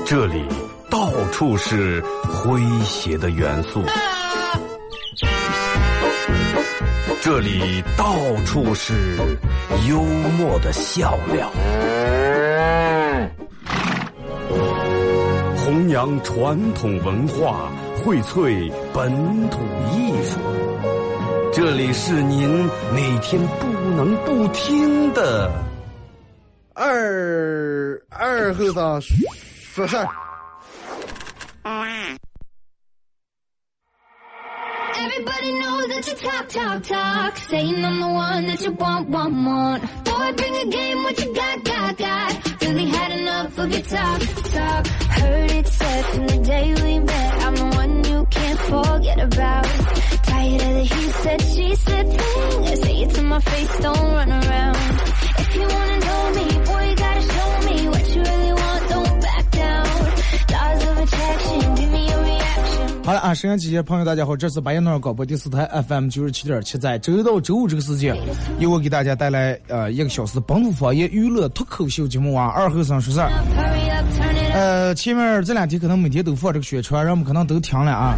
这里到处是诙谐的元素，这里到处是幽默的笑料，弘扬传统文化，荟萃本土艺术。这里是您每天不能不听的二后生说事儿。 Everybody knows that you talk, saying I'm the one that you want. Boy, bring a game, what you got. Really had enough of your talk. Heard it said from the day we met, I'm the one you can't forget about. Tired of the he said, she said thing. Say it to my face, don't run around. If you wanna know me, boy, you gotta show me what you really want, don't back down. Laws of attraction, give me your reaction. 好了啊，沈阳机械朋友大家好，这是白彦淖尔广播第4台 FM 97.7，在周一到周五这个时间，由我给大家带来1个小时本土方言娱乐脱口秀节目啊，二后生说事儿。前面这2天可能每天都放这个宣传，人们可能都听了啊。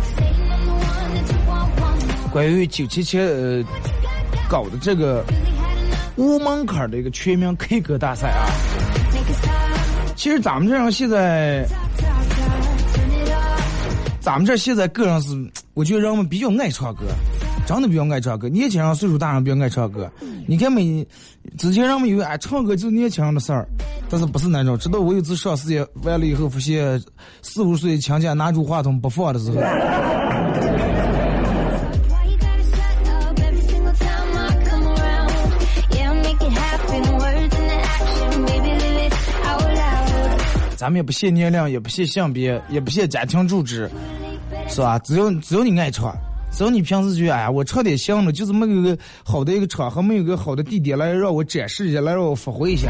关于977搞的这个屋门槛的一个全民 K 歌大赛啊，其实咱们这现在个人是，我觉得人们比较爱唱歌，真的比较爱唱歌。年轻人、岁数大人比较爱唱歌。你看之前人们以为唱歌就是年轻人的事儿，但是不是那种。直到我有次上事业完了以后，发现4、5岁强家拿住话筒不放的时候。咱们也不限年龄，也不限性别，也不限家庭住址，是吧？只有你爱唱，只要你平时觉得我唱点像了，就是没有个好的一个场合，没有个好的地点来让我展示一下，来让我发挥一下。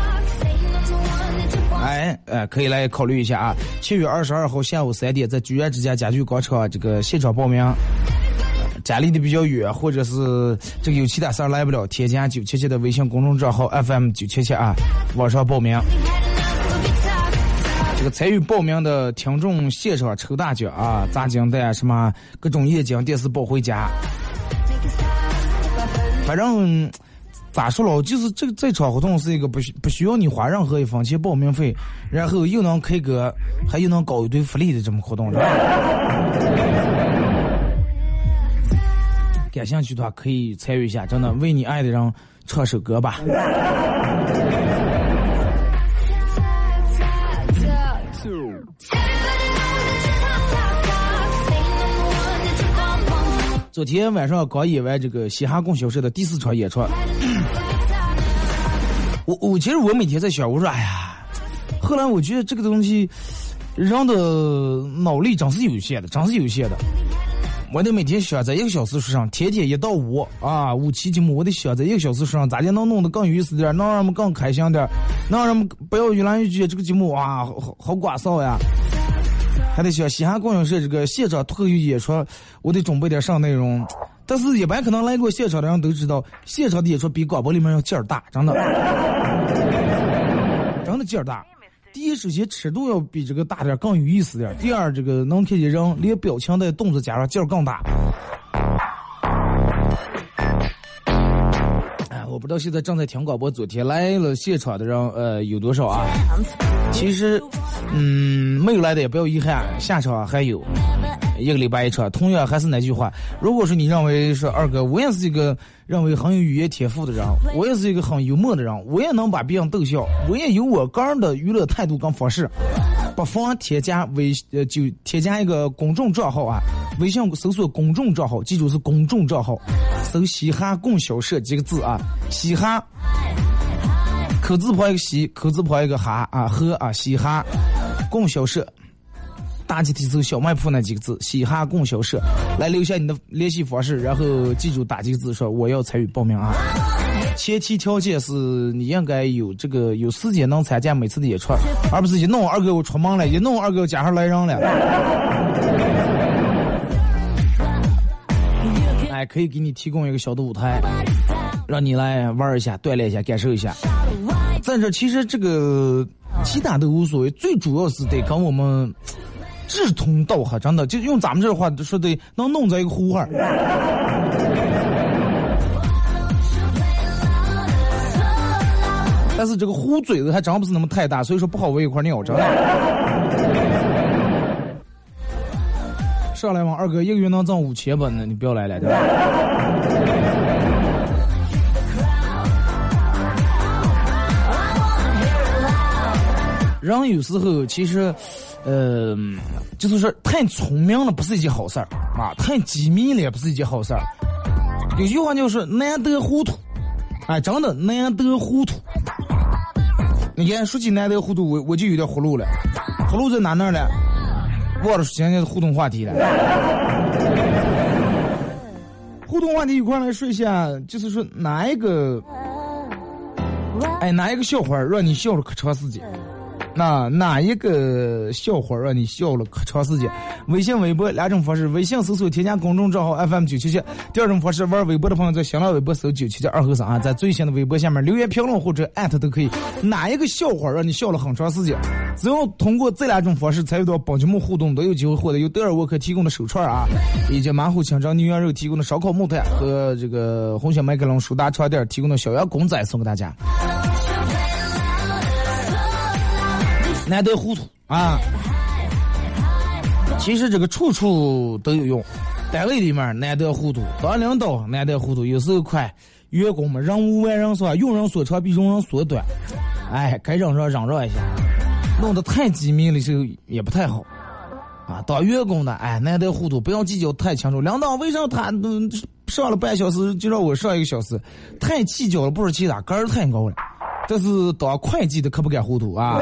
可以来考虑一下啊！7月22号下午3点，在居然之家家具广场这个现场报名。家离得比较远，或者是这个有其他事儿来不了，添加977的微信公众账号 FM977啊，网上报名。这个参与报名的听众现场抽大奖啊，砸金蛋什么各种液晶电视抱回家。反正咋说了，就是这场活动是一个不需要你花任何一分钱报名费，然后又能 K 歌，还又能搞一堆福利的这么活动。感兴趣的话可以参与一下，真的为你爱的人唱首歌吧。昨天晚上刚演完这个嘻哈供销社的第4场演出，其实我每天在想，我说后来我觉得这个东西人的脑力真是有限的，我得每天想在1个小时上，天天1到5啊5期节目，我得想在1个小时上咋的能弄得更有意思点，能让人们更开心点，能让人们不要越来越觉得这个节目好寡臊呀。还得想嘻哈供销社这个现场脱口秀演出，我得准备点上内容。但是一般可能来过现场的人都知道，现场的演出比广播里面要劲儿大，真的劲儿大。第一，首先尺度要比这个大点，更有意思点；第二，这个能看见人连表情的动作加上劲儿更大。我不知道现在正在听广播，昨天来了现场的人有多少啊？其实没有来的也不要遗憾，下场还有1个礼拜1场。同样还是那句话，如果说你认为说二哥我也是一个认为很有语言天赋的人，我也是一个很幽默的人，我也能把别人逗笑，我也有我个人的娱乐态度跟方式，不妨添加一个公众账号啊，微信搜索公众账号，记住是公众账号，搜嘻哈供销社几个字啊，嘻哈口字旁一个西，口字旁一个哈啊和啊，嘻哈供销社，大集体搜小卖铺那几个字，嘻哈供销社，来留下你的联系方式，然后记住打几个字说我要参与报名啊。前提条件是你应该有时间能参加每次的演出，而不是一弄二哥我出门了，一弄二哥加上来人了。可以给你提供一个小的舞台，让你来玩一下，锻炼一下，感受一下。在这其实这个其他都无所谓，最主要是得跟我们志同道合，真的就用咱们这话说的，能弄在一个呼号。但是这个糊嘴子还真不是那么太大，所以说不好喂一块鸟，真的。上来嘛，二哥一个月能挣5000吧？呢，你不要来了，对吧？人有时候其实，就是说太聪明了不是一件好事儿啊，太机密了也不是一件好事儿。有句话就是难得糊涂，哎，真的难得糊涂。你看，说起难得糊涂，我就有点葫芦了。葫芦在哪呢？忘了现在的互动话题了。互动话题一块来说一下，就是说哪一个笑话让你笑了可长时间？哪一个笑话让你笑了可长时间？微信、微博两种方式，微信搜索添加公众账号 FM977，第二种方式玩微博的朋友在新浪微博搜977-253啊，在最新的微博下面留言评论或者艾特都可以。哪一个笑话让你笑了很长时间？只要通过这两种方式参与到本节目互动，都有机会获得由德尔沃克提供的手串啊，以及马虎清蒸牛羊肉提供的烧烤木炭和这个红星麦克龙舒达床垫提供的小羊公仔送给大家。难得糊涂啊！其实这个处处都有用，单位里面难得糊涂，当领导难得糊涂，有时候快员工们人无完人所用人所长比用人所短，哎，该嚷嚷一下，弄得太机密了时候也不太好啊。当员工的哎难得糊涂，不要计较太清楚。领导为什么他上了半小时就让我上1个小时，太计较了，不是其他，杆儿太高了。这是当会计的可不敢糊涂啊，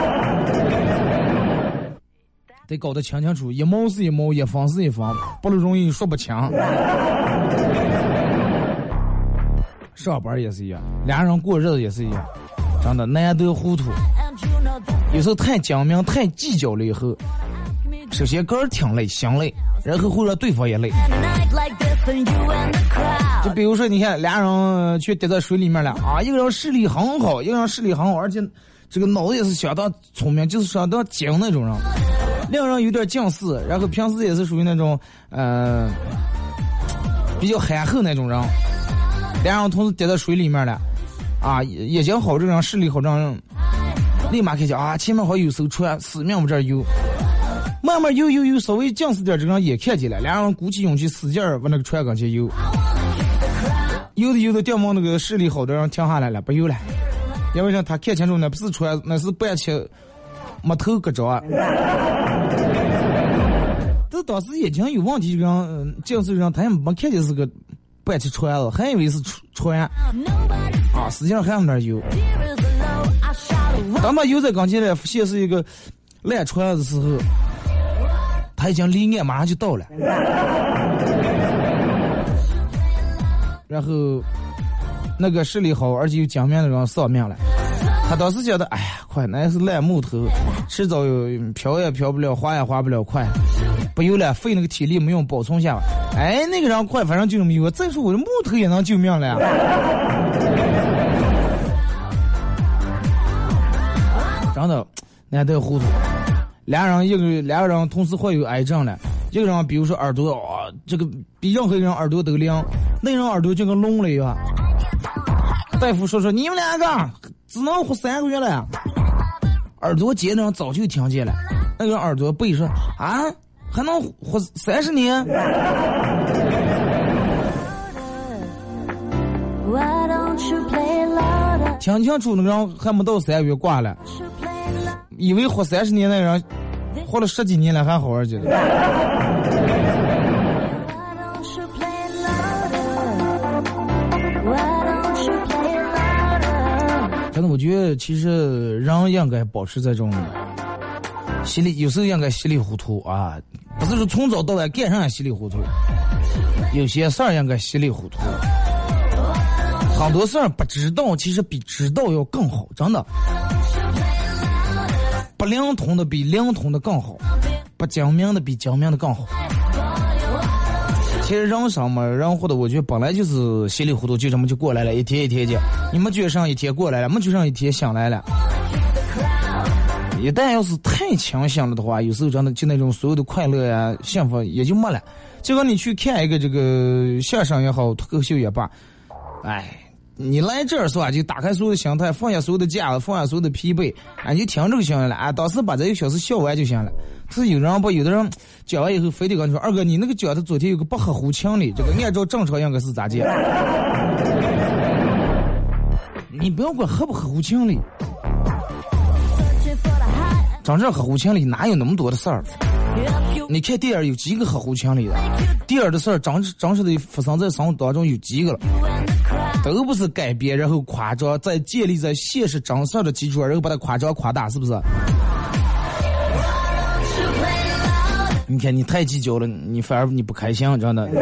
得搞得清清楚，一毛是一毛，一分是一分，不然容易说不清。上班也是一样，俩人过日子也是一样，真的难得糊涂。有时候太讲明太计较了以后，首先个人挺累心累，然后会让对方也累。就比如说你看俩人去跌在水里面了啊，一个人视力很好，而且这个脑子也是相当聪明，就是相当精那种人，另一人有点近视，然后平时也是属于那种比较憨厚那种人，俩人同时跌在水里面了啊，眼睛好这种视力好这种，立马开始啊前面好有艘船死命往这儿游，慢慢游稍微近视点这个人也看见了，俩人鼓起勇气使劲往那个船跟前游，游的掉毛那个视力好的人停下来了，不游了，因为他看清楚那不是船，那是半切没头搁着啊。这当时眼睛有问题，这个近视人他也没看见是个半切船了，还以为是船啊，实际上还往那儿游。当他游在跟前来发现是一个烂船的时候，他已经离岸马上就到了，然后那个视力好而且有江面的人丧命了。他当时觉得哎呀快，那是烂木头，迟早飘也飘不了，滑也滑不了，快不游了，费那个体力没用，保存下吧。哎，那个人快反正就这么游，再说我的木头也能救命了呀。真的难得糊涂，俩人同时患有癌症了，一个人比如说耳朵这个比任何一个人耳朵都亮，那人耳朵就跟聋了一样。大夫说你们两个只能活3个月了呀，耳朵接着早就听见了，那个人耳朵背说啊还能活30年。听清楚，那个人还没到3个月挂了，以为活30年那个人活了10几年了还好而且的。真的，我觉得其实人应该保持这种稀里，有时候应该稀里糊涂啊，不是说从早到晚干上也稀里糊涂，有些事儿应该稀里糊涂。很多事儿不知道，其实比知道要更好，真的。不灵通的比灵通的更好，不精明的比精明的更好。其实人生嘛，人活的我觉得本来就是稀里糊涂，就这么就过来了，一天一天的。你没觉上一天过来了，没觉上一天想来了。 一旦要是太清醒了的话，有时候真的就那种所有的快乐呀、幸福也就没了。就跟你去看一个这个相声也好，脱口秀也罢，哎，你来这儿是吧？就打开所有的心态，放下所有的架子，放下所有的疲惫，啊，你就听这个行了啊，当时把这1个小时笑完就行了。是有人不？有的人讲完以后非得跟你说，二哥，你那个讲他昨天有个不合乎情理，这个按照正常应该是咋讲？你不要管合不合乎情理，真正合乎情理哪有那么多的事儿？你看电影有几个合乎情理的？电影的事儿真实的发生在生活当中有几个了？都不是改编然后夸张，再建立在现实真实的基础上，然后把它夸张夸大，是不是？你看你太计较了，你反而你不开心，真的。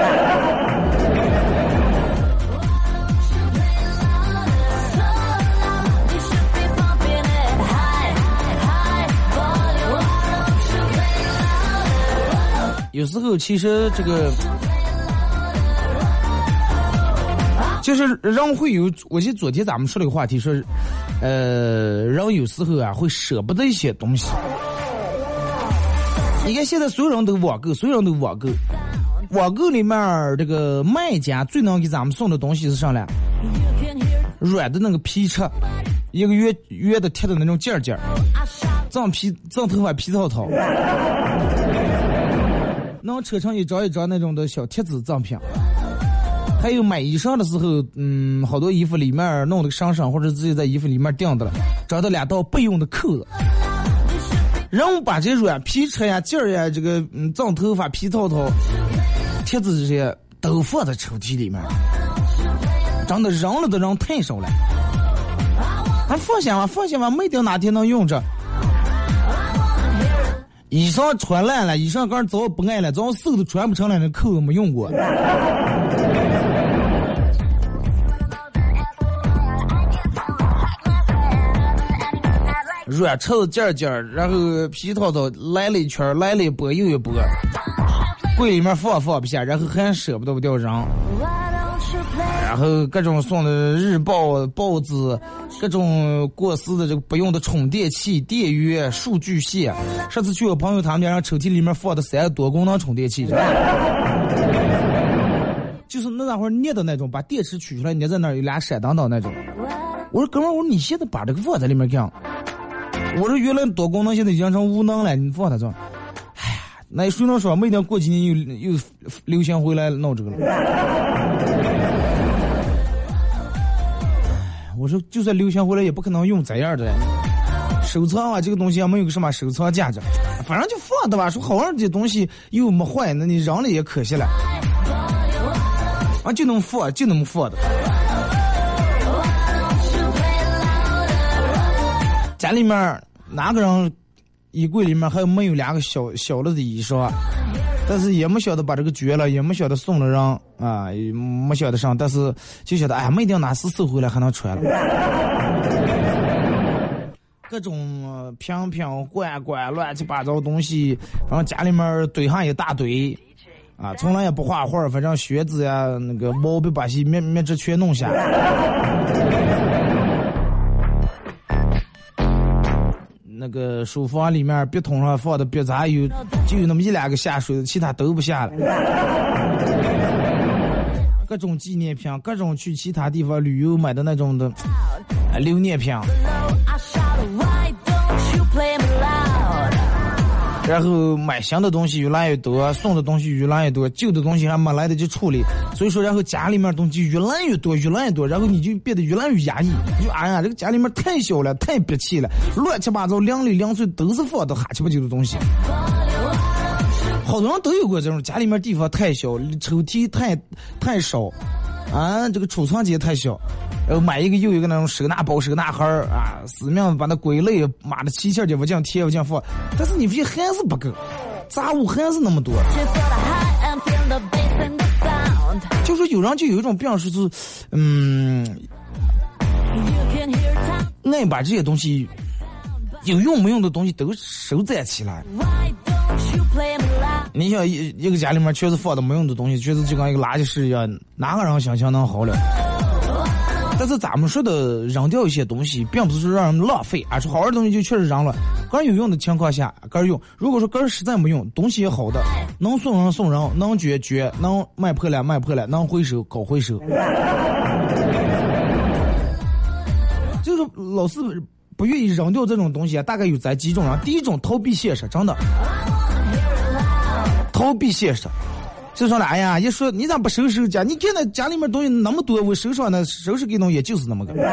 有时候其实这个就是人会有，我记得昨天咱们说了一个话题说，人有时候啊会舍不得一些东西。你看现在所有人都网购，网购里面这个卖家最能给咱们送的东西是啥呢？软的那个皮车，一个约的贴的那种件儿，藏头发皮套，能扯成一张一张那种的小贴纸赠品。还有买衣裳的时候，好多衣服里面弄的个上或者自己在衣服里面钉的了，找到2道备用的扣子。人们把这软皮车呀、劲儿呀、这个藏头发、皮套贴子这些都放在抽屉里面，真的扔了的人太少了。还放下吧，没定哪天能用着。衣裳穿烂了，衣裳杆早不爱了，早瘦都穿不成了，那扣子没用过。软绸件，然后皮套来了一圈，来了一波又一波，柜里面放不下，然后还舍不得不掉扔，然后各种送的日报、报纸，各种过时的这个不用的充电器、电源、数据线。上次去我朋友他们家，让抽屉里面放的3个多功能充电器，就是那会儿捏的那种，把电池取出来捏在那儿，有俩闪灯那种。我说哥们儿，我说你现在把这个放在里面干？我说原来多功能现在已经成无能了，你放它这。哎呀，那谁能说没定过几年又流行回来弄这个了？我说就算流行回来也不可能用这样的，收藏啊这个东西也没有个什么收藏价值，反正就放的吧，说好玩的东西又没坏，那你扔了也可惜了啊，就那么放的。家里面哪个人衣柜里面还没有2个小了的衣裳，但是也没晓得把这个绝了，也没晓得送了人啊，也没晓得上，但是就晓得哎，没定哪次收回来还能穿了。各种瓶罐乱七八糟东西，然后家里面堆上一大堆啊，从来也不画画，反正靴子呀那个毛笔把戏面纸全弄下。那个书房里面笔筒上放的笔杂就有那么1-2个下水的，其他都不下了。各种纪念品，各种去其他地方旅游买的那种的留念品，然后买新的东西越来越多，送的东西越来越多，旧的东西还没来得及处理，所以说然后家里面东西越来越多，然后你就变得越来越压抑，你就哎呀这个家里面太小了，太憋气了，乱七八糟2里2碎都是放的哈七八九的东西。好多人都有过这种，家里面地方太小，抽屉太少啊，这个储藏间太小，然后买一个又一个那种收纳包收纳盒啊，死命把它归类，妈的7件就不这样贴不这样放，但是你发现还是不够，杂物还是那么多。就是有人就有一种病，是爱把这些东西有用没用的东西都收攒起来。你想一个家里面全是放的没用的东西，确实就跟一个垃圾室一样，哪个人想象能好了？ 但是咱们说的扔掉一些东西，并不是说让人浪费，而是好玩的东西就确实扔了。个有用的情况下个用，如果说个实在没用，东西也好的，能送人送人，能绝，能卖破烂，能回收搞回收。就是老是不愿意扔掉这种东西啊，大概有这几种啊。第一种逃避现实，真的逃避现实。就说了，哎呀，一说你咋不收拾家？你看那家里面东西那么多，我收拾呢，收拾给东西也就是那么个，是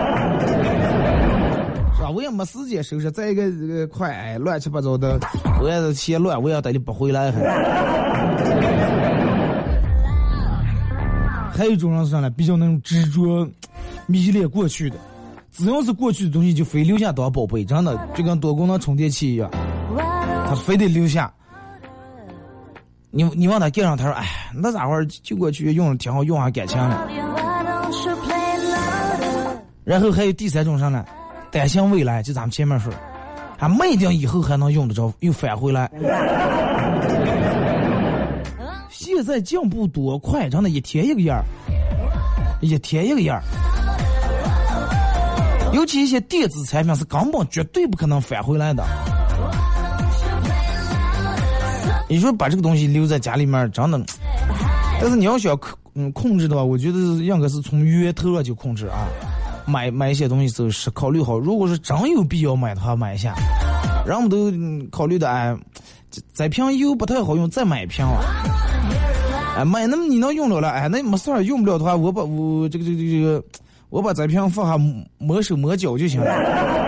吧？我也没时间收拾。再一个这个快乱七八糟的，我也是嫌乱，我也带你不回来。还有一种人是啥呢？比较那种执着、迷恋过去的，只要是过去的东西就非留下当宝贝，真的就跟多功能充电器一样，他非得留下。你往他盖上，他说：“哎，那咋会儿就过去用了挺好，用上感情了。”然后还有第三种上来，担心未来，就咱们前面说，还卖掉以后还能用得着，又返回来。现在进步多快，真的一天一个样儿，一天一个样儿。尤其一些电子产品是根本绝对不可能返回来的。你说把这个东西留在家里面，真的，但是你要想控制的话，我觉得应该是从源头上就控制啊。买一些东西都是考虑好，如果是真有必要买的话买一下。然后我们都考虑的，哎，这瓶油不太好用，再买一瓶了。哎，买那么你能用了，哎，那没事儿，用不了的话，我把我把这瓶放下抹手抹脚就行了。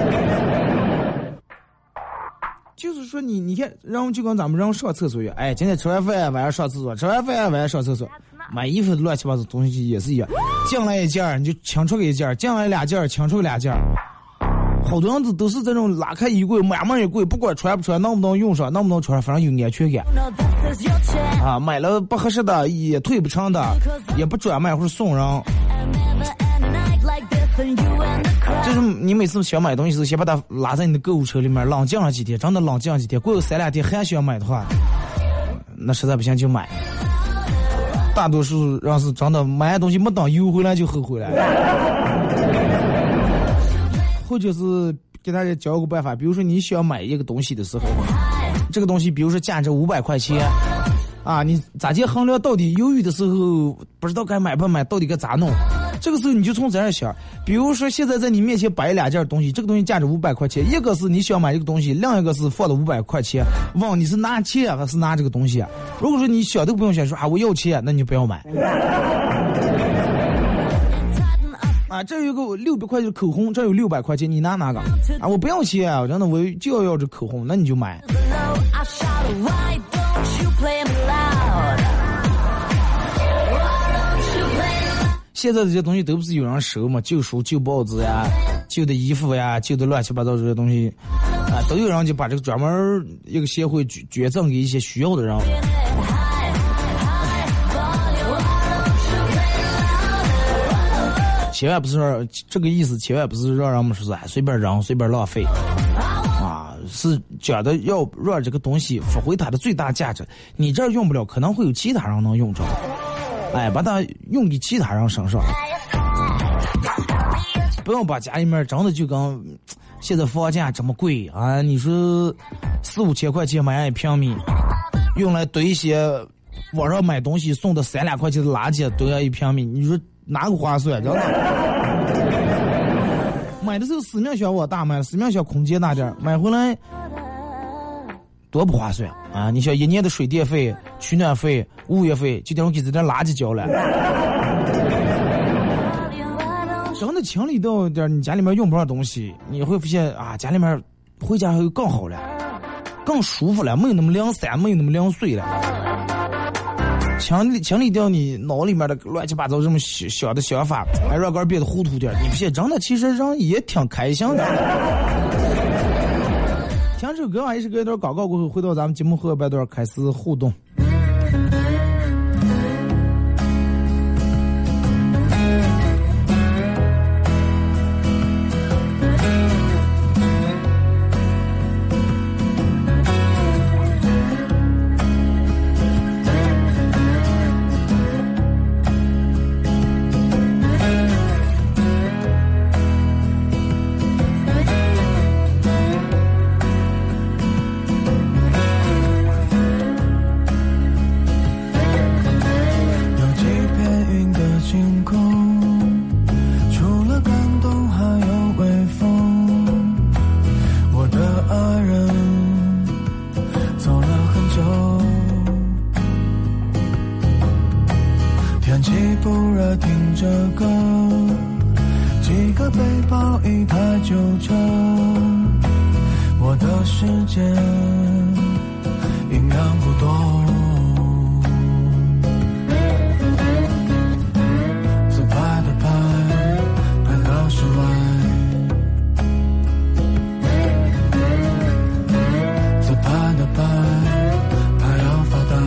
就是说你看，然后就跟咱们让上厕所一样，哎，今天吃完饭晚上上厕所，吃完饭晚上上厕所，买衣服乱七八糟东西也是一样，进来一件你就抢出个一件，进来2件抢出个2件，好多人都是这种拉开衣柜满满一柜，不管穿不穿，能不能用上，能不能穿上，反正有安全感啊。买了不合适的也退不成的，也不转卖或者送人。就是你每次想买东西时，先把它拉在你的购物车里面，冷静上几天，真的冷静几天，过个3-2天还想买的话，那实在不行就买。大多数人是真的买东西没等邮回来就后悔了。或者是给大家教个办法，比如说你想买一个东西的时候，这个东西比如说价值500块钱啊，你咋去衡量到底犹豫的时候不知道该买不买，到底该咋弄？这个时候你就从这儿想，比如说现在在你面前摆2件东西，这个东西价值500块钱，一个是你想买一个东西，另一个是放了500块钱，问你是拿钱还是拿这个东西啊？如果说你想都不用想，说啊我要钱，那你就不要买。啊，这有个600块钱的口红，这有600块钱，你拿哪个？啊，我不要钱啊，真的我就要这口红，那你就买。现在这些东西都不是有人收嘛，旧书、旧报纸呀、旧的衣服呀、旧的乱七八糟这些东西，啊，都有人就把这个专门一个协会捐赠给一些需要的人。千万不是说这个意思，千万不是让人们说随便扔、随便浪费，啊，是讲的要让这个东西发挥它的最大价值。你这儿用不了，可能会有其他人能用着。哎，把它用给其他人身上，不要把家里面真的就跟现在房价这么贵啊！你说4-5千块钱买1平米，用来堆一些网上买东西送的3-2块钱的垃圾堆1平米，你说哪个划算？真的，买的时候死命想往大买，死命想空间大点，买回来多不划算啊！你想1年的水电费、取暖费、物业费，就等于给这点垃圾交了。真的清理到点你家里面用不上东西，你会发现啊，家里面回家会更好了，更舒服了，没有那么凉散，没有那么凉碎了。清理掉你脑里面的乱七八糟这么小的想法，还让个人变得糊涂点，你发现真的其实人也挺开心的。听这首歌啊，也是隔一段广告过后，回到咱们节目后半段开始互动。 纠缠，我的世界营养不多。自拍的拍，拍到室外，自拍的拍，拍到发呆。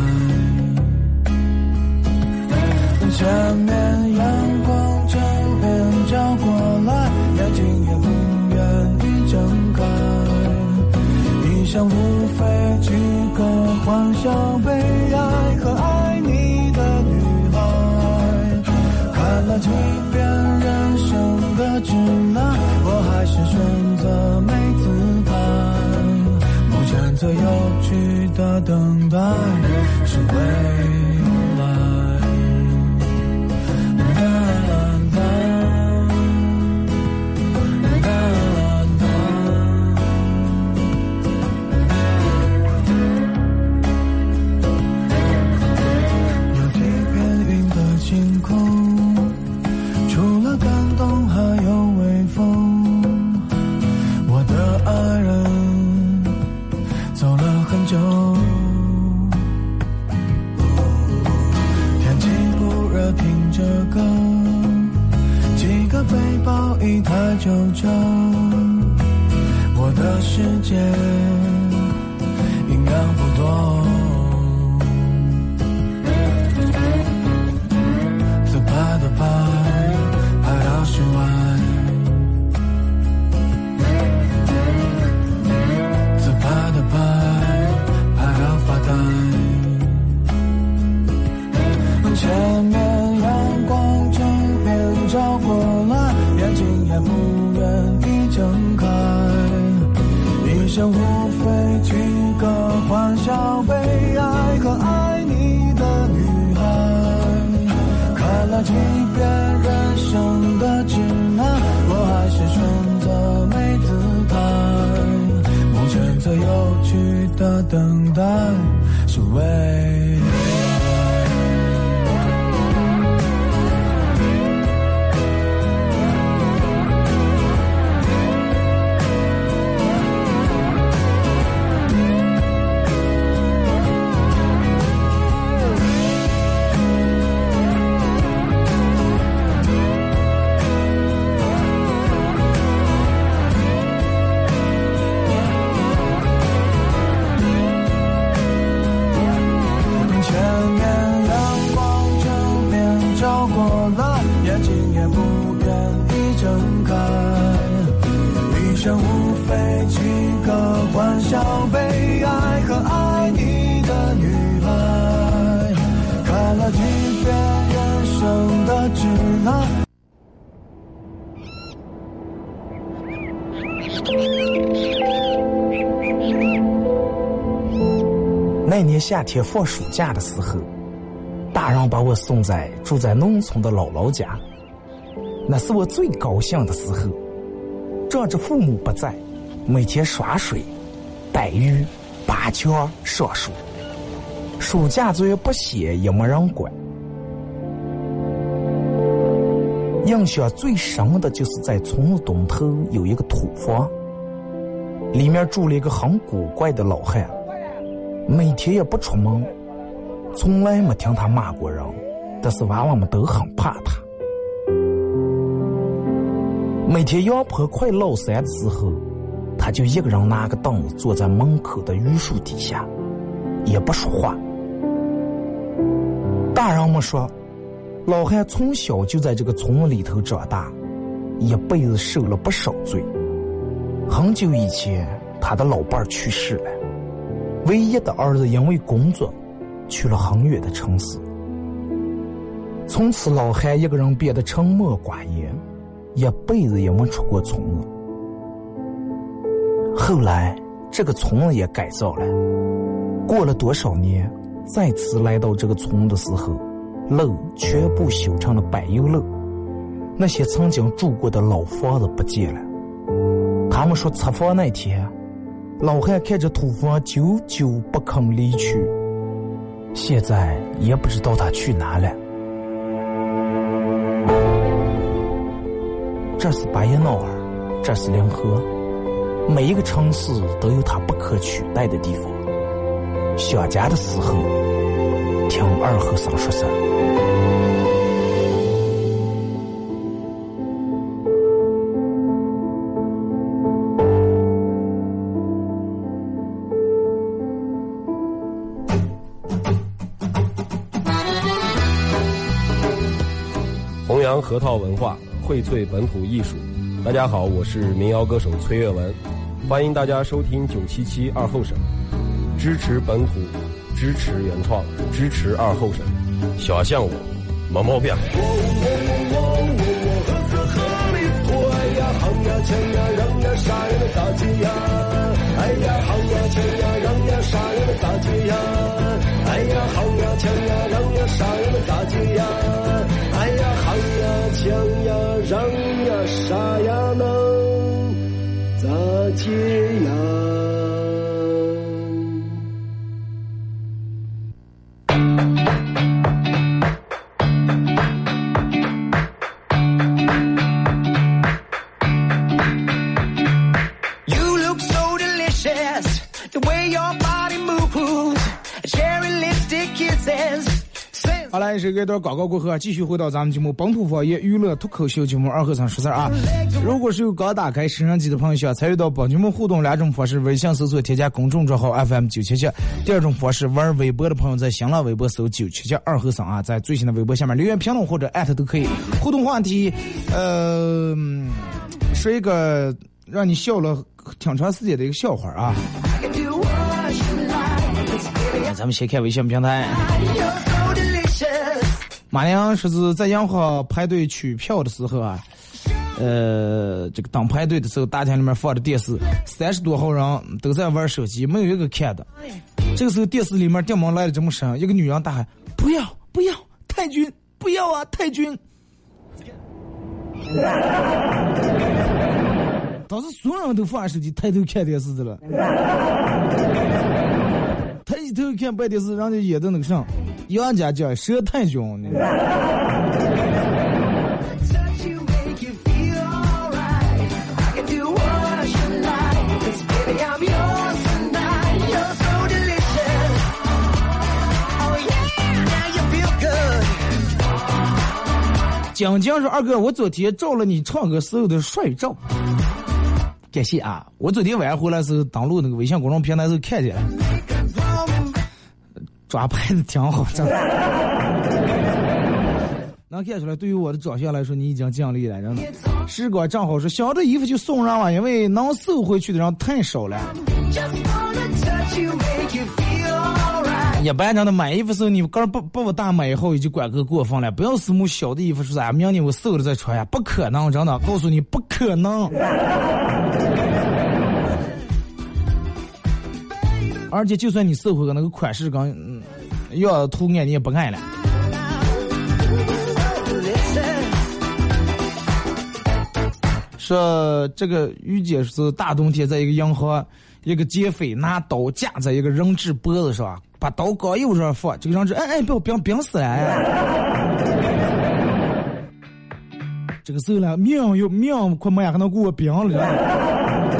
前面阳光正面照过来，眼睛也不愿意睁开，一想无非几个欢笑悲哀和爱你的女孩。看了几遍人生的指南，我还是选择没姿态。目前最有趣的等待是未来。一台纠缠，我的世界营养不多。自拍的拍，拍到室外，自拍的拍，拍到发呆。前面阳光正面照过来，眼睛也不愿意睁开，一生无非几个欢笑悲哀和爱你的女孩。看了几遍人生的指南，我还是选择没姿态。目前最有趣的等待是未来。无非几个欢笑悲哀和爱你的女孩。看了几遍人生的指南。 那年夏天放暑假的时候，大人把我送在住在农村的姥姥家，那是我最高兴的时候。仗着父母不在，每天耍水、逮鱼、拔枪、上树，暑假作业不写也没人管。印象最深的就是在村子东头有一个土房，里面住了一个很古怪的老汉，每天也不出门，从来没听他骂过人，但是娃娃们都很怕他。每天阳坡快落山的时候，他就一个人拿个凳子坐在门口的榆树底下，也不说话。大人们说，老汉从小就在这个村子里头长大，一辈子受了不少罪。很久以前，他的老伴儿去世了，唯一的儿子因为工作去了很远的城市。从此，老汉一个人变得沉默寡言，一辈子也没出过村子。后来这个村子也改造了，过了多少年，再次来到这个村子的时候，路全部修成了柏油路，那些曾经住过的老房子不见了。他们说拆房那天，老汉看着土房久久不肯离去，现在也不知道他去哪了。这是8月闹儿， 这是临河，每一个城市都有它不可取代的地方。想家的时候，听二和尚说事。 弘扬河套文化，荟萃本土艺术。大家好，我是民谣歌手崔月文，欢迎大家收听977二后生，支持本土，支持原创，支持二后生。小象我没毛病。河里拖呀，行呀，抢呀，让呀，杀人的大街呀，哎呀，行呀，抢呀，让呀，杀人的大街呀，哎呀，行呀，抢呀，让呀，杀人的大街呀，哎呀，行呀，抢呀，让呀，杀呀，能咋接呀？ 好来，是一段广告过后啊，继续回到咱们节目本土方言娱乐脱口秀节目二和尚说事啊。如果是有刚打开摄像机的朋友，想参与到本节目互动两种方式：微信搜索添加公众账号 FM977；第二种方式，玩微博的朋友在新浪微博搜977二和尚啊，在最新的微博下面留言评论或者艾特都可以。互动话题，说一个让你笑了挺长时间的一个笑话啊。咱们先看微信平台。马良说是在银行排队取票的时候啊，这个等排队的时候，大厅里面放着电视，30多号人都在玩手机，没有一个看的。这个时候电视里面电门来了这么声，一个女人大喊：“不要不要，太君，不要啊，太君！”当时所有人都放下手机，抬头看电视去了。抬起头看白电视，人家演的那个上，杨家将佘太君呢。蒋江说：“二哥，我昨天照了你唱歌时候的帅照，感谢啊！我昨天晚上回来时候登录那个微信公众平台时候看见了。”抓拍的挺好，真的。能看出来，对于我的长相来说，你已经尽力了，真的。时光正好说，小的衣服就送人了，因为能收回去的人太少了。一般真的买衣服时候，你刚把我大买以后，已经管个过分了。不要是么小的衣服说啥，明年我收了再穿呀，不可能，真的，告诉你不可能。而且就算你收回个那个款式刚要图案你也不爱了。说这个于姐是大冬天在一个银行，一个劫匪拿刀架在一个人质脖子上，把刀刚右上放，这个人质不要病死了呀！这个时候呢，命快没还能给我病了。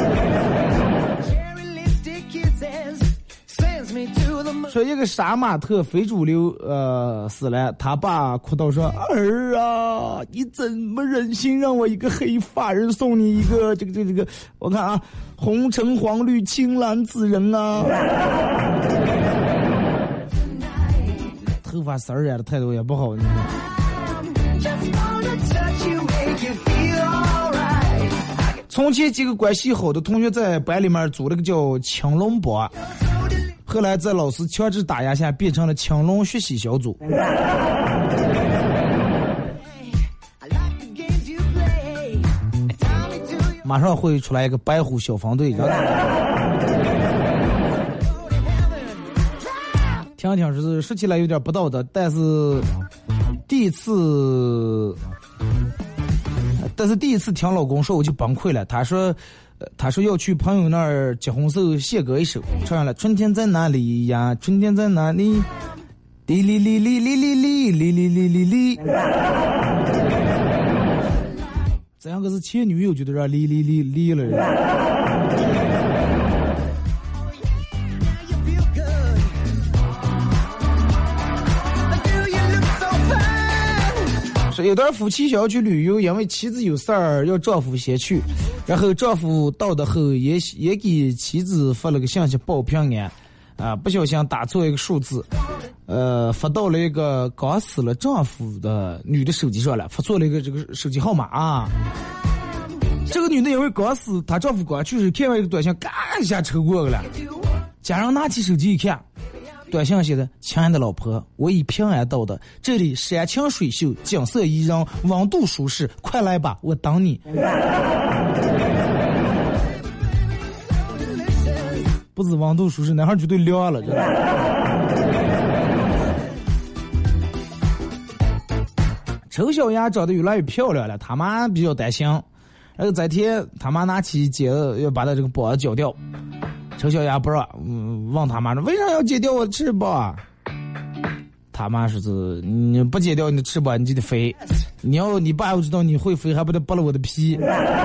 说一个杀马特非主流死了，他爸哭到说：“儿啊，你怎么忍心让我一个黑发人送你一个这个？我看啊，红橙黄绿青蓝紫人啊，头发丝儿染的态度也不好，你看。”从前几个关系好的同学在班里面组了个叫青龙班。后来在老师强制打压下变成了青龙学习小组。马上会出来一个白虎小分队。听听说起来有点不道德，但是第一次听老公说我就崩溃了。他说要去朋友那儿结婚时候献歌一首，唱了春天在哪里呀，春天在哪里，哩哩哩哩哩哩哩哩哩哩哩哩。 怎样个是前女友就得让离了人。有段夫妻想要去旅游，因为妻子有事儿要丈夫先去，然后丈夫到的后也给妻子发了个信息报平安，不小心打错一个数字，发到了一个刚死了丈夫的女的手机上了，发错了一个这个手机号码啊。这个女的因为刚死，她丈夫刚去世，看完一个短信，嘎一下抽过去了，家人拿起手机一看。短信写的：亲爱的老婆，我已平安到的，这里山清水秀，景色宜人，温度舒适，快来吧，我等你。不止温度舒适，男孩绝对凉了，真的。丑小鸭长得越来越漂亮了，他妈比较担心，然后这天他妈拿起剪子要把他这个脖子剪掉。丑小鸭不让，问他妈说：“为啥要剪掉我的翅膀？”他妈说：“是你不剪掉你的翅膀，你就得飞。你爸要知道你会飞，还不得剥了我的皮。”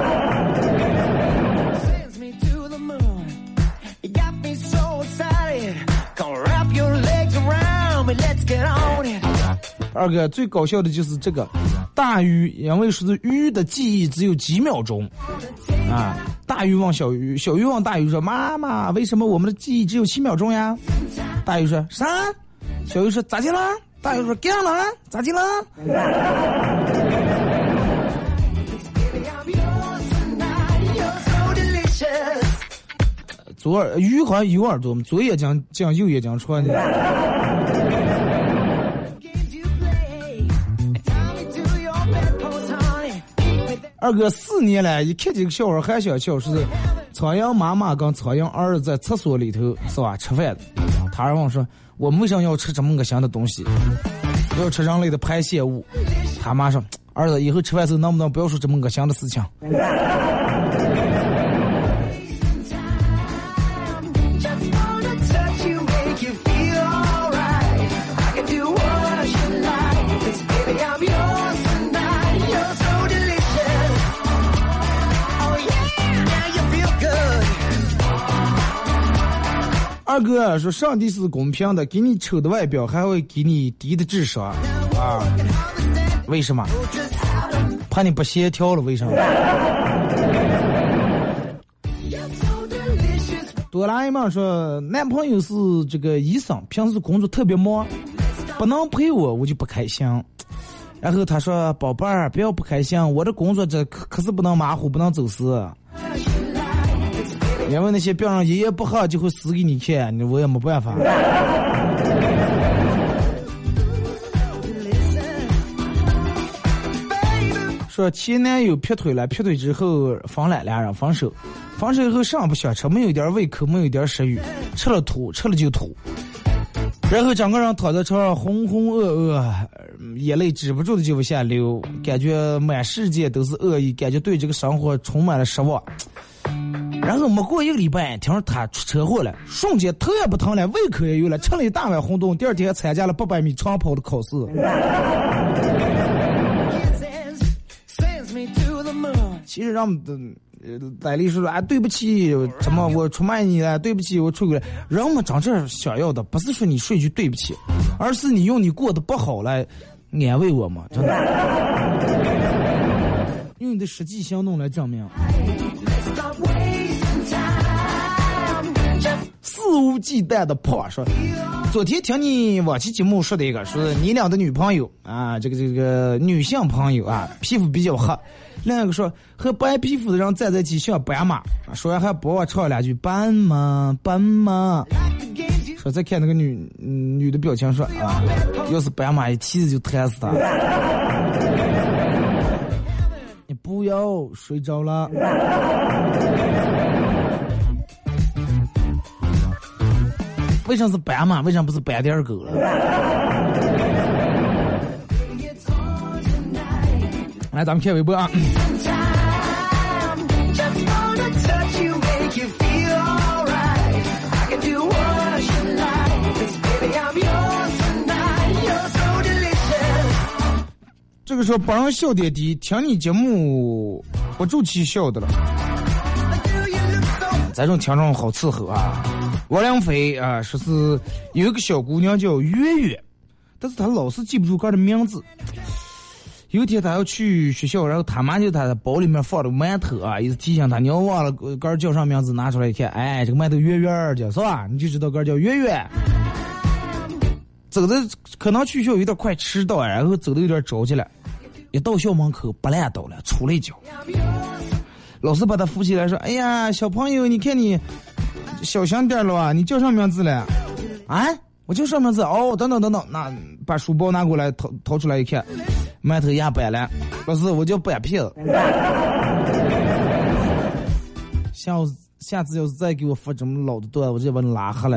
二哥最搞笑的就是这个大鱼，因为说是鱼的记忆只有几秒钟啊。大鱼问小鱼，小鱼问大鱼说：“妈妈，为什么我们的记忆只有7秒钟呀？”大鱼说：“啥？”小鱼说：“咋进了？”大鱼说：“干了，咋进了？”鱼好像有耳朵，左眼睛讲右眼睛穿的。二哥4年来一看这个笑话还想笑，是苍蝇妈妈跟苍蝇儿子在厕所里头是吧吃饭的。他儿问说：“我们为什么要吃这么个香的东西？要吃人类的排泄物？”他妈说：“儿子，以后吃饭时能不能不要说这么个香的事情？”二哥说：“上帝是公平的，给你丑的外表，还会给你低的智商啊？为什么？怕你不协调了？为什么？”哆啦 A 梦说：“男朋友是这个医生，平时工作特别忙，不能陪我就不开心。”然后他说：“宝贝儿，不要不开心，我的工作这可是不能马虎，不能走私。因为那些病人一夜不好就会死给你看，我也没办法。”说前男友劈腿了，劈腿之后分了，2人分手，分手以后上不想吃，没有点胃口，没有点食欲，吃了就吐，然后整个人躺在床上浑浑噩噩，眼泪止不住的就往下流，感觉满世界都是恶意，感觉对这个生活充满了失望。然后没过1个礼拜，听说他出车祸了，瞬间头也不疼了，胃口也有了，吃了一大碗红豆，第二天还参加了800米长跑的考试。其实让戴丽说：“对不起，什么我出卖你了，对不起我出轨了。”人们真正想要的不是说你说一句对不起，而是你用你过得不好来安慰我嘛，真的。用你的实际行动来证明。肆无忌惮的破说：“昨天听你往期节目说的一个，说你俩的女朋友啊，这个女性朋友啊，皮肤比较黑。另一个说和白皮肤的人站在一起像斑马，说完还不忘唱2句斑马斑马。说再看那个女的表情说啊，要是斑马一提子就弹死他。你不要睡着了。”为什么是斑马？为什么不是斑点狗了？来，咱们看微博啊。这个个说不让笑点低，听你节目不住气笑的了。咱这种听众好伺候啊！王良飞啊，说是有一个小姑娘叫月月，但是她老是记不住她的名字。有一天她要去学校，然后他妈就她的包里面放了馒头啊，一直提醒她，你要忘了哥叫上名字拿出来一看，哎，这个馒头月月叫是吧？你就知道哥叫月月。走的可能去校有点快迟到，然后走的有点着急了，一到校门口不烂倒了，出了一脚。老师把他扶起来说：“哎呀，小朋友，你看你小心点了啊，你叫上名字了啊？我叫上名字哦，等等，那把书包拿过来，掏出来一看，馒头压板了。老师，我叫板屁子。下次要是再给我发这么老的段，我就把你拉下来。”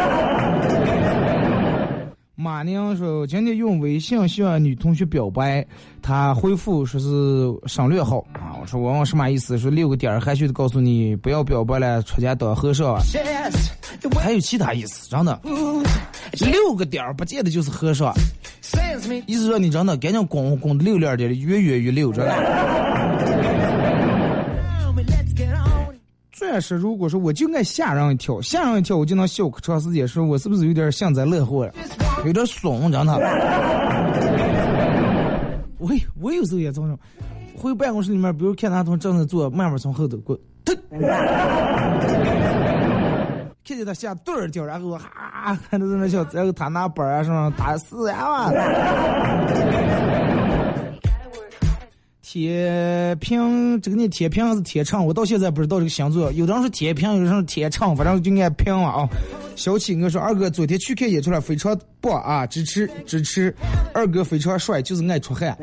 马宁说今天用微信向女同学表白，她回复说是省略号啊。我说我问什么意思？说6个点含蓄的告诉你不要表白了，出家当和尚。还有其他意思，真的6个点不见得就是和尚，意思说你真的赶紧拱的6点的越溜着了。最是如果说我就爱吓人一跳，我就能笑可长时间，说我是不是有点幸灾乐祸了，有点怂，真的。我有时候也这种，回办公室里面，比如看他从正在坐，慢慢从后头过，看见他下对儿跳，然后哈看着在那笑，然后他拿本啊什么打死啊。铁平，这个念铁平还是铁秤？我到现在不知道这个星座，有的人是铁平，有的人是铁秤，反正就应该平了啊。小启哥说：“二哥昨天去看演出了，非常棒啊，支持。二哥非常帅，就是爱出汗。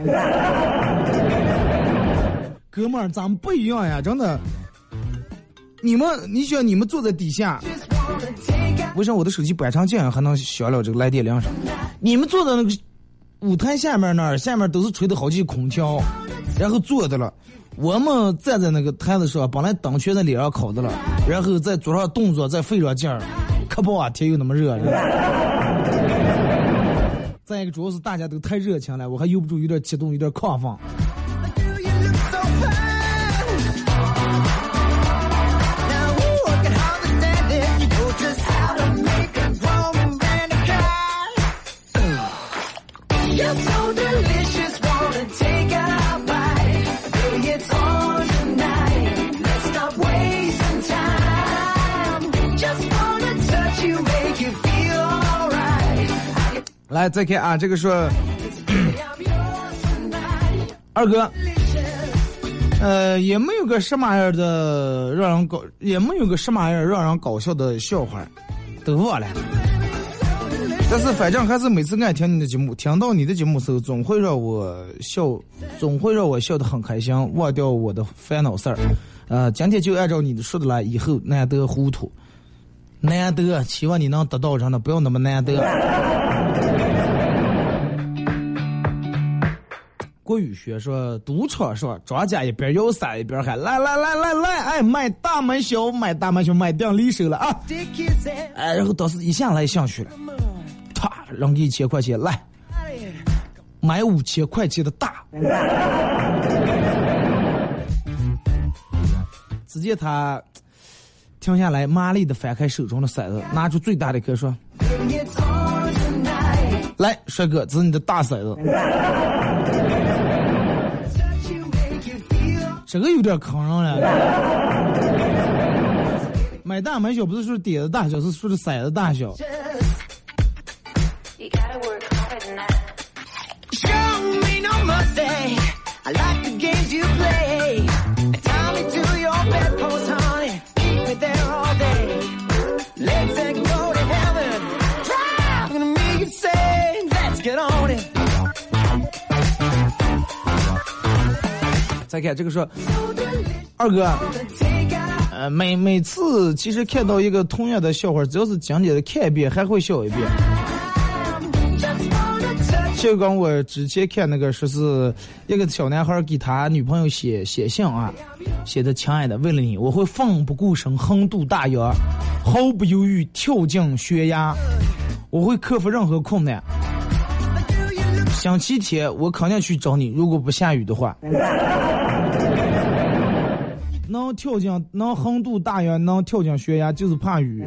哥们儿，咱们不一样呀，真的。你想你们坐在底下，为啥我的手机摆上键还能响了这个来电铃声？你们坐在那个舞台下面那儿，下面都是吹的好几空调。”然后坐的了，我们站在那个台子上，本来灯全在脸上烤的了，然后在做上动作，再费上劲儿，可不啊，天又那么热。再一个主要是大家都太热情了，我还由不住有点激动，有点亢奋。来再看啊，这个说二哥，也没有个什么样的让人搞，也没有个什么样让人搞笑的笑话，都忘了。但是反正还是每次爱听你的节目，听到你的节目的时候，总会让我笑得很开心，忘掉我的烦恼事儿。今天就按照你的说的来，以后难得糊涂，难得，希望你能得到，真的不要那么难得。郭宇学说，赌场上庄家一边摇伞一边喊来，哎，买大买小，买定离手了啊！哎，然后当时一下来上去了，啪，扔给1000块钱来，买5000块钱的大。直接他停下来，麻利的翻开手中的骰子，拿出最大的一颗说：“来，帅哥，这是你的大骰子。”这个有点坑人了。买大买小不是说碟子大小，是说的骰子大小。再看这个说，二哥，每次其实看到一个同样的笑话，只要是讲解的看一遍，还会笑一遍。就跟我之前看那个，说是一个小男孩给他女朋友写信啊，写的亲爱的，为了你，我会奋不顾身横渡大洋，毫不犹豫跳进悬崖，我会克服任何困难。 星期天我肯定去找你，如果不下雨的话。能跳进能横渡大洋，能跳进悬崖，就是怕雨。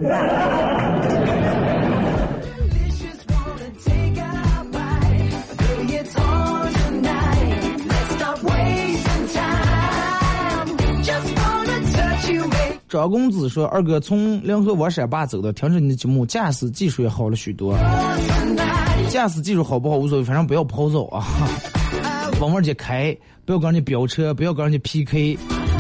张公子说：“二哥从临河往陕坝走的，听着你的节目，驾驶技术也好了许多。驾驶技术好不好无所谓，反正不要跑走啊，往往间开，不要跟人家飙车，不要跟人家 PK。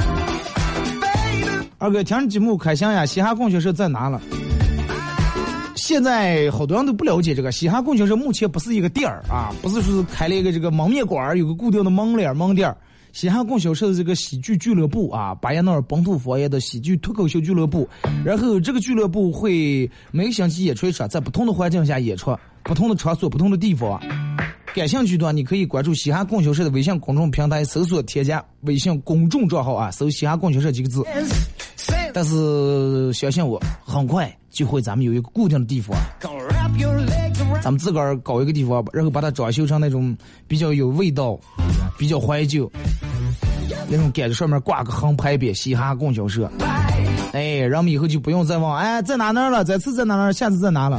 二哥听着节目开箱呀，嘻哈供销社在哪了？现在好多人都不了解这个嘻哈供销社，目前不是一个店儿啊，不是说是开了一个这个蒙面馆，有个固定的门店。嘻哈供销社的这个喜剧俱乐部啊，巴彦淖尔本土方言的喜剧脱口秀俱乐部，然后这个俱乐部会每个星期演出一场，在不同的环境下演出，不同的场所，不同的地方。感兴趣的你可以关注嘻哈供销社的微信公众平台，搜索添加微信公众账号啊，搜嘻哈供销社几个字。但是相信我，很快就会咱们有一个固定的地方，咱们自个儿搞一个地方，然后把它装修成那种比较有味道、比较怀旧那种感觉，上面挂个横牌匾，嘻哈供销社。哎，然后我们以后就不用再问，哎，在哪了？这次在哪？下次在哪了？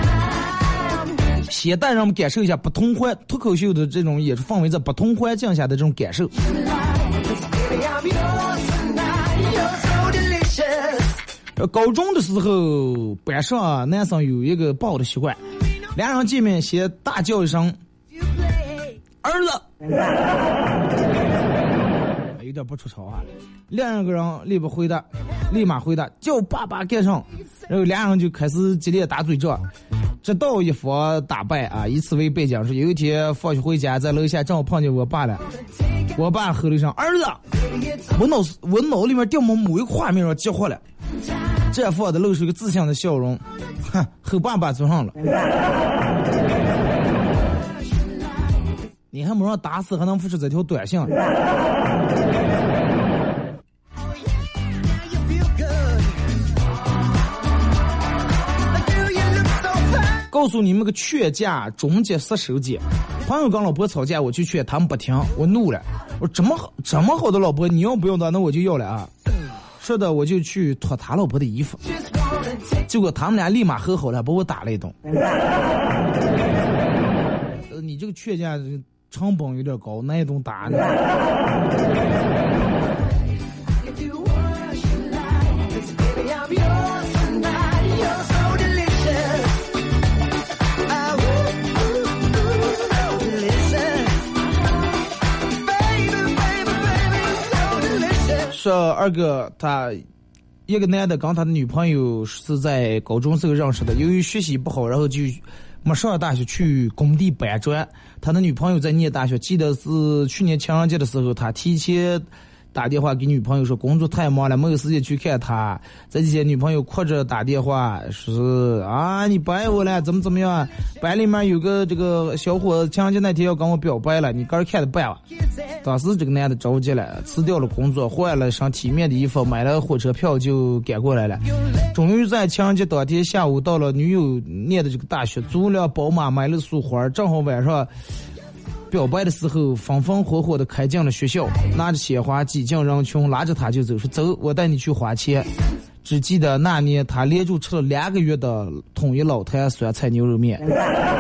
先带让我们感受一下不同脱口秀的这种演出氛围，在不同环境下的这种感受。高中的时候，班上男生有一个不好的习惯，两人见面先大叫一声儿子，有点不出丑啊。两个人立马回答叫爸爸干上，然后两人就开始激烈打嘴仗，直到一方打败啊。以此为背景，是有一天放学回家，在楼下正好碰见我爸了，我爸吼了一声儿子，我脑里面掉某一个画面上激活了，这放的露出一个自信的笑容，哼，吼爸爸坐上了。你还没让打死，还能付出这条短信？告诉你们个劝架终结杀手锏。朋友跟老婆吵架，我去劝他们不听，我怒了，我这么好的老婆，你要不用的那我就要了啊！说的我就去脱他老婆的衣服，结果他们俩立马和好了，把我打了一顿。你这个劝架成本有点高，那一顿打呢？说二哥他一个男的跟他的女朋友是在高中时候认识的，由于学习不好，然后就没上大学，去工地搬砖。他的女朋友在念大学，记得是去年情人节的时候，他提前打电话给女朋友说工作太忙了，没有时间去看他。这几天女朋友哭着打电话说啊，你不爱我了，怎么样？班里面有个这个小伙子情人节那天要跟我表白了，你个人看着办吧。当时这个男的着急了，辞掉了工作，换了身体面的衣服，买了火车票就赶过来了。终于在情人节当天下午到了女友念的这个大学，租了宝马，买了束花，正好晚上表白的时候，风风火火的开进了学校，拿着鲜花挤进人群，拉着他就走，说走，我带你去花钱。只记得那年他连续吃了2个月的统一老坛酸菜牛肉面。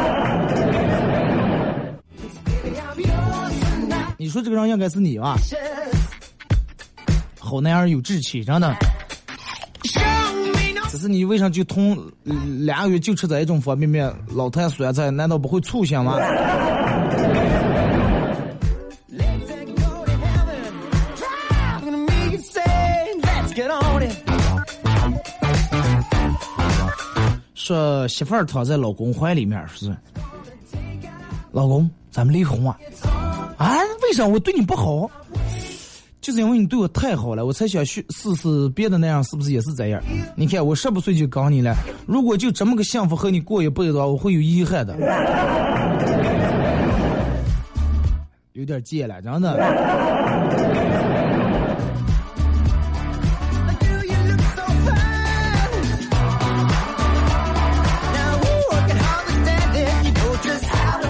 你说这个人应该是你吧？好男儿有志气，真的。只是你为啥就同2个月就吃这一种方便面老坛酸菜，难道不会醋香吗？说媳妇儿躺在老公怀里面，是老公咱们离婚啊？啊，为啥我对你不好？就是因为你对我太好了，我才想试试别的那样是不是也是这样。你看我15岁就搞你了，如果就这么个幸福和你过一辈子的话，我会有遗憾的。有点贱了，真的。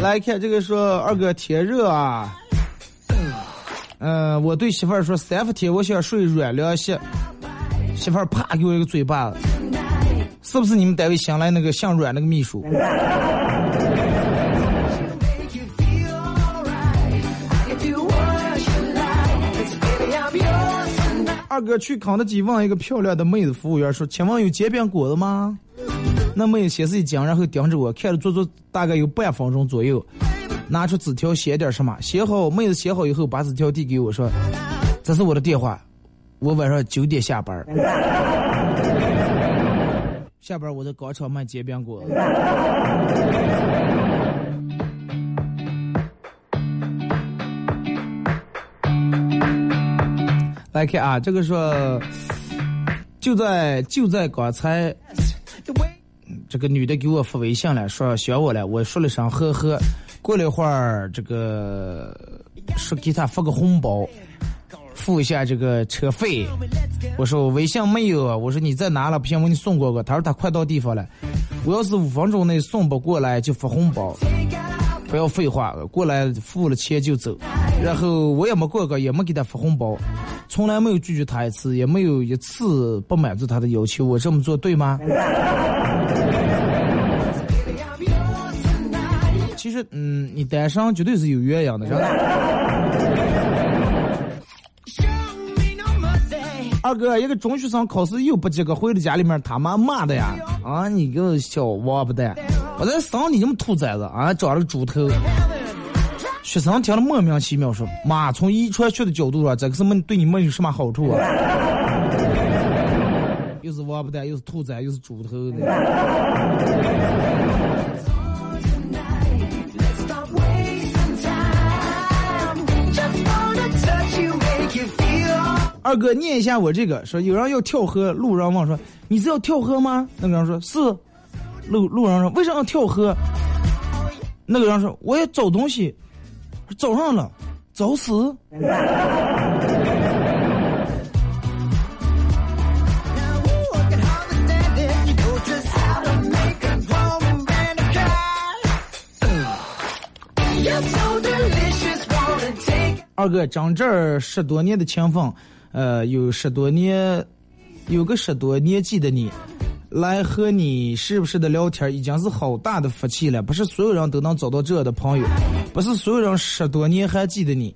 来看这个说二哥天热啊，我对媳妇儿说3伏天我想睡软凉席，媳妇儿啪给我一个嘴巴子，是不是你们单位新来那个像软那个秘书？二哥去肯德基问一个漂亮的妹子服务员说：“请问有煎饼果子吗？”那妹子先是一惊，然后盯着我看了足大概有半分钟左右，拿出纸条写点什么，写好，妹子写好以后把纸条递给我说：“这是我的电话，我晚上9点下班。”下班我在广场卖煎饼果子。来看啊，这个说就在刚才，这个女的给我发微信了，说想我了，我说了声呵呵，过了一会儿，这个说给她发个红包，付一下这个车费。我说我微信没有，我说你在哪了？不行，我给你送过去。他说他快到地方了，我要是5分钟内送不过来就发红包。不要废话，过来付了钱就走。然后我也没过个，也没给他发红包，从来没有拒绝他一次，也没有一次不满足他的要求。我这么做对吗？其实，你单身绝对是有鸳鸯的，真的。二哥，一个中学生考试又不及格，回到家里面他妈骂的呀！啊，你个小王八蛋！我在想你这么兔崽子啊，长了个猪头。学生听了莫名其妙说：“妈，从遗传学的角度上，这个是对你们有什么好处啊？”又是王八蛋，又是兔崽，又是猪头的。二哥念一下我这个，说有人要跳河，路人问说：“你是要跳河吗？”那个人说：“是。”路人说：“为什么要跳河？”那个人说：“我也找东西，找上了，找死。”二哥长这儿10多年的情分，有10多年，有个10多年记得你。来和你时不时的聊天已经是好大的福气了，不是所有人都能找到这样的朋友，不是所有人10多年还记得你。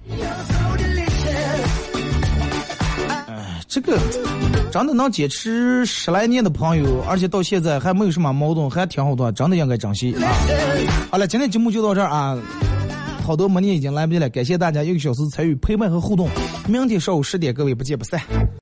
这个真的能坚持10来年的朋友，而且到现在还没有什么矛盾，还挺好的，真的应该珍惜啊。好了，今天节目就到这儿啊，好多门年已经来不及了，感谢大家1个小时参与陪伴和互动，明天上午10点各位不见不散。